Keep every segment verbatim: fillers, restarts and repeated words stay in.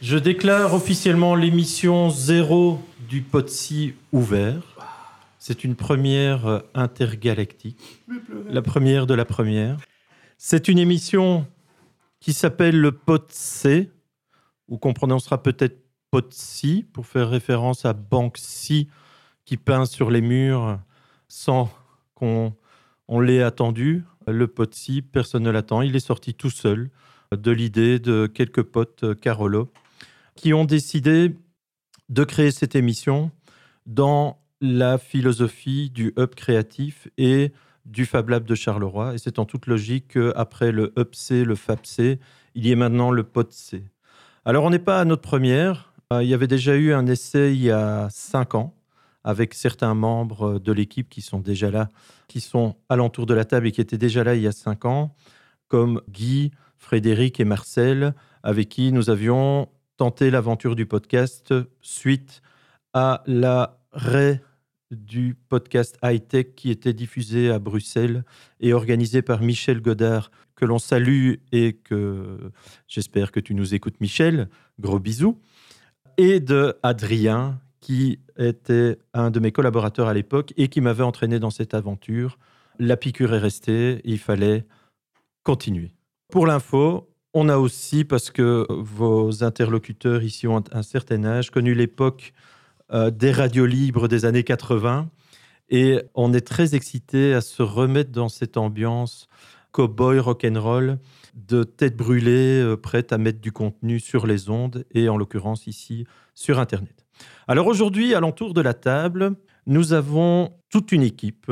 Je déclare officiellement l'émission zéro du Podsy ouvert. C'est une première intergalactique, la première de la première. C'est une émission qui s'appelle le Podsy, ou qu'on prononcera peut-être Podsy, pour faire référence à Banksy, qui peint sur les murs sans qu'on on l'ait attendu. Le Podsy, personne ne l'attend. Il est sorti tout seul de l'idée de quelques potes Carolo qui ont décidé de créer cette émission dans la philosophie du hub créatif et du Fab Lab de Charleroi. Et c'est en toute logique qu'après le hub C, le Fab C, il y ait maintenant le Podsy. Alors, on n'est pas à notre première. Il y avait déjà eu un essai il y a cinq ans avec certains membres de l'équipe qui sont déjà là, qui sont alentour de la table et qui étaient déjà là il y a cinq ans, comme Guy, Frédéric et Marcel, avec qui nous avions tenté l'aventure du podcast suite à l'arrêt du podcast high-tech qui était diffusé à Bruxelles et organisé par Michel Godard, que l'on salue et que j'espère que tu nous écoutes, Michel. Gros bisous. Et de Adrien, qui était un de mes collaborateurs à l'époque et qui m'avait entraîné dans cette aventure. La piqûre est restée, il fallait continuer. Pour l'info, on a aussi, parce que vos interlocuteurs ici ont un certain âge, connu l'époque euh, des radios libres des années quatre-vingts. Et on est très excités à se remettre dans cette ambiance cow-boy rock'n'roll, de tête brûlée, euh, prête à mettre du contenu sur les ondes et en l'occurrence ici sur Internet. Alors aujourd'hui, à l'entour de la table, nous avons toute une équipe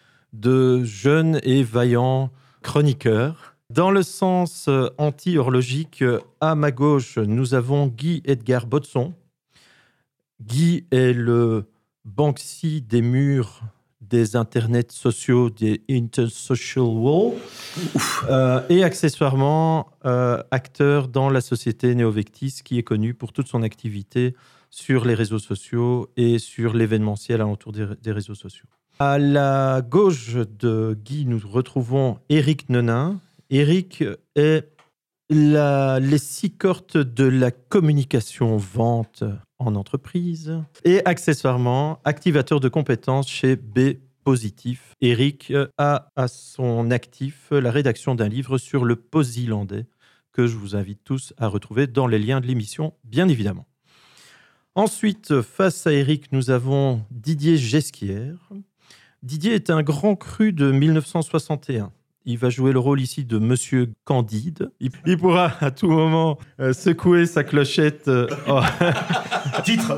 de jeunes et vaillants chroniqueurs. Dans le sens anti-horlogique, à ma gauche, nous avons Guy Edgar Botson. Guy est le Banksy des murs des internets sociaux, des intersocial walls, euh, et accessoirement euh, acteur dans la société Neovectis, qui est connue pour toute son activité sur les réseaux sociaux et sur l'événementiel alentour des, des réseaux sociaux. À la gauche de Guy, nous retrouvons Éric Nenin. Éric est la, les six cortes de la communication vente en entreprise et accessoirement activateur de compétences chez B Positif. Éric a à son actif la rédaction d'un livre sur le Posylandais que je vous invite tous à retrouver dans les liens de l'émission, bien évidemment. Ensuite, face à Éric, nous avons Didier Gesquière. Didier est un grand cru de dix-neuf cent soixante et un. Il va jouer le rôle ici de Monsieur Candide. Il, il pourra à tout moment euh, secouer sa clochette. Euh, oh. Titre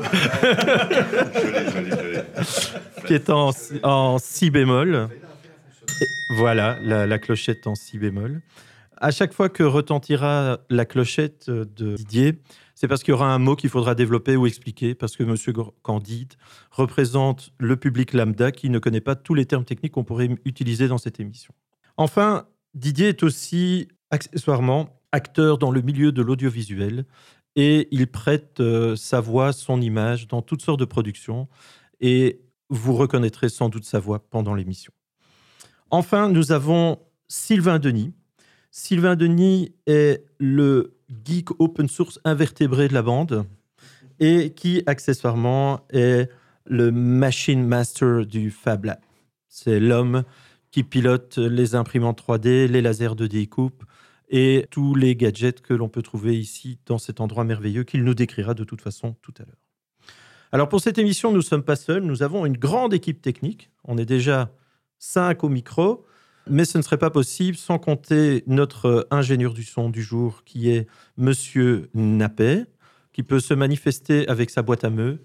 Joli, joli, joli. Qui est en, en si bémol. Et voilà, la, la clochette en si bémol. À chaque fois que retentira la clochette de Didier, c'est parce qu'il y aura un mot qu'il faudra développer ou expliquer, parce que Monsieur Candide représente le public lambda qui ne connaît pas tous les termes techniques qu'on pourrait utiliser dans cette émission. Enfin, Didier est aussi accessoirement acteur dans le milieu de l'audiovisuel et il prête euh, sa voix, son image dans toutes sortes de productions et vous reconnaîtrez sans doute sa voix pendant l'émission. Enfin, nous avons Sylvain Denis. Sylvain Denis est le geek open source invertébré de la bande et qui, accessoirement, est le machine master du Fab Lab. C'est l'homme qui pilote les imprimantes trois D, les lasers de découpe et tous les gadgets que l'on peut trouver ici dans cet endroit merveilleux qu'il nous décrira de toute façon tout à l'heure. Alors pour cette émission, nous ne sommes pas seuls, nous avons une grande équipe technique. On est déjà cinq au micro, mais ce ne serait pas possible sans compter notre ingénieur du son du jour qui est Monsieur Nappet, qui peut se manifester avec sa boîte à meux.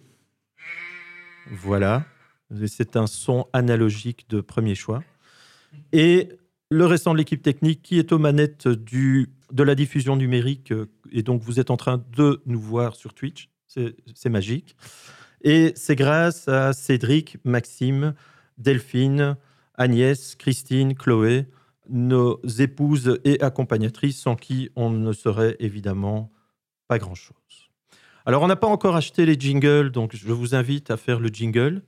Voilà, c'est un son analogique de premier choix. Et le restant de l'équipe technique qui est aux manettes du, de la diffusion numérique. Et donc, vous êtes en train de nous voir sur Twitch. C'est, c'est magique. Et c'est grâce à Cédric, Maxime, Delphine, Agnès, Christine, Chloé, nos épouses et accompagnatrices, sans qui on ne serait évidemment pas grand-chose. Alors, on n'a pas encore acheté les jingles, donc je vous invite à faire le jingle.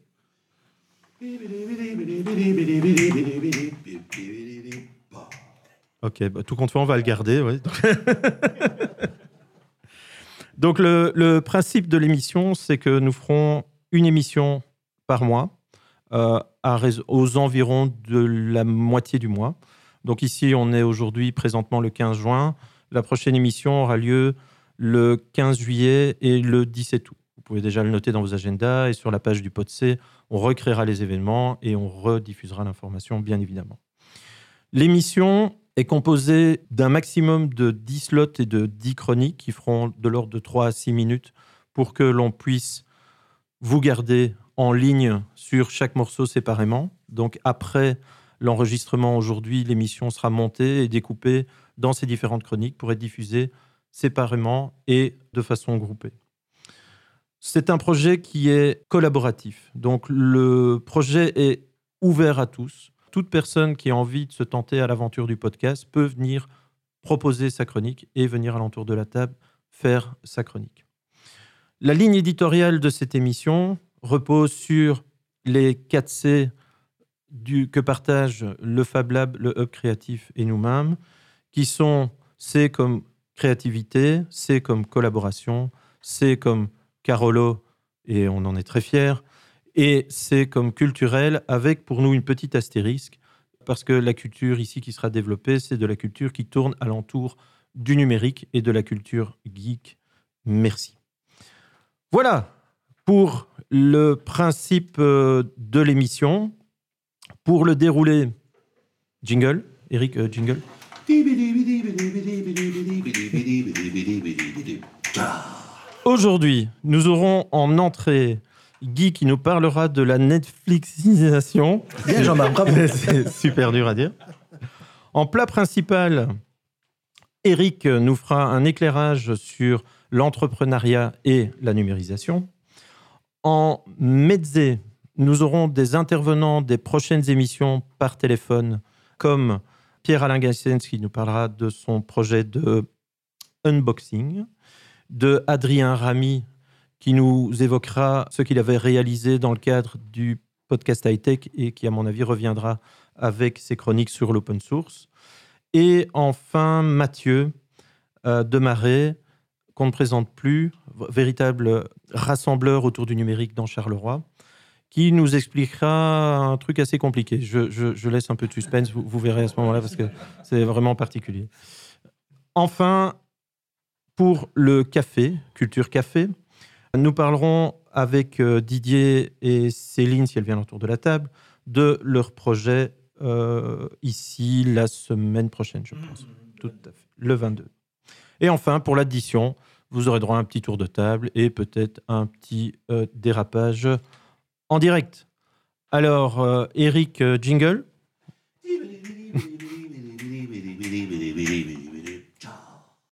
Ok, bah, tout compte fait, on va le garder. Ouais. Donc, le, le principe de l'émission, c'est que nous ferons une émission par mois, euh, à, aux environs de la moitié du mois. Donc ici, on est aujourd'hui présentement le quinze juin. La prochaine émission aura lieu le quinze juillet et le dix-sept août. Vous pouvez déjà le noter dans vos agendas et sur la page du P O D C, on recréera les événements et on rediffusera l'information, bien évidemment. L'émission est composée d'un maximum de dix slots et de dix chroniques qui feront de l'ordre de trois à six minutes pour que l'on puisse vous garder en ligne sur chaque morceau séparément. Donc après l'enregistrement aujourd'hui, l'émission sera montée et découpée dans ces différentes chroniques pour être diffusée séparément et de façon groupée. C'est un projet qui est collaboratif. Donc le projet est ouvert à tous. Toute personne qui a envie de se tenter à l'aventure du podcast peut venir proposer sa chronique et venir à l'entour de la table faire sa chronique. La ligne éditoriale de cette émission repose sur les quatre C du, que partagent le Fab Lab, le Hub Créatif et nous-mêmes, qui sont C comme créativité, C comme collaboration, C comme Carolo, et on en est très fiers, et C comme culturel, avec pour nous une petite astérisque, parce que la culture ici qui sera développée, c'est de la culture qui tourne alentour du numérique et de la culture geek. Merci. Voilà pour le principe de l'émission. Pour le déroulé, jingle. Eric, euh, jingle. Aujourd'hui, nous aurons en entrée Guy qui nous parlera de la Netflixisation. Bien, Jean-Marc, bravo. C'est super dur à dire. En plat principal, Eric nous fera un éclairage sur l'entrepreneuriat et la numérisation. En mezze, nous aurons des intervenants des prochaines émissions par téléphone, comme Pierre-Alain Gassens qui nous parlera de son projet de unboxing, de Adrien Ramy qui nous évoquera ce qu'il avait réalisé dans le cadre du podcast high-tech et qui, à mon avis, reviendra avec ses chroniques sur l'open source. Et enfin, Mathieu euh, Demaret, qu'on ne présente plus, véritable rassembleur autour du numérique dans Charleroi, qui nous expliquera un truc assez compliqué. Je, je, je laisse un peu de suspense, vous, vous verrez à ce moment-là, parce que c'est vraiment particulier. Enfin, pour le café, Culture Café, nous parlerons avec Didier et Céline, si elle vient autour de la table, de leur projet euh, ici la semaine prochaine, je pense. Tout à fait, le vingt-deux. Et enfin, pour l'addition, vous aurez droit à un petit tour de table et peut-être un petit euh, dérapage en direct. Alors, euh, Eric, euh, jingle.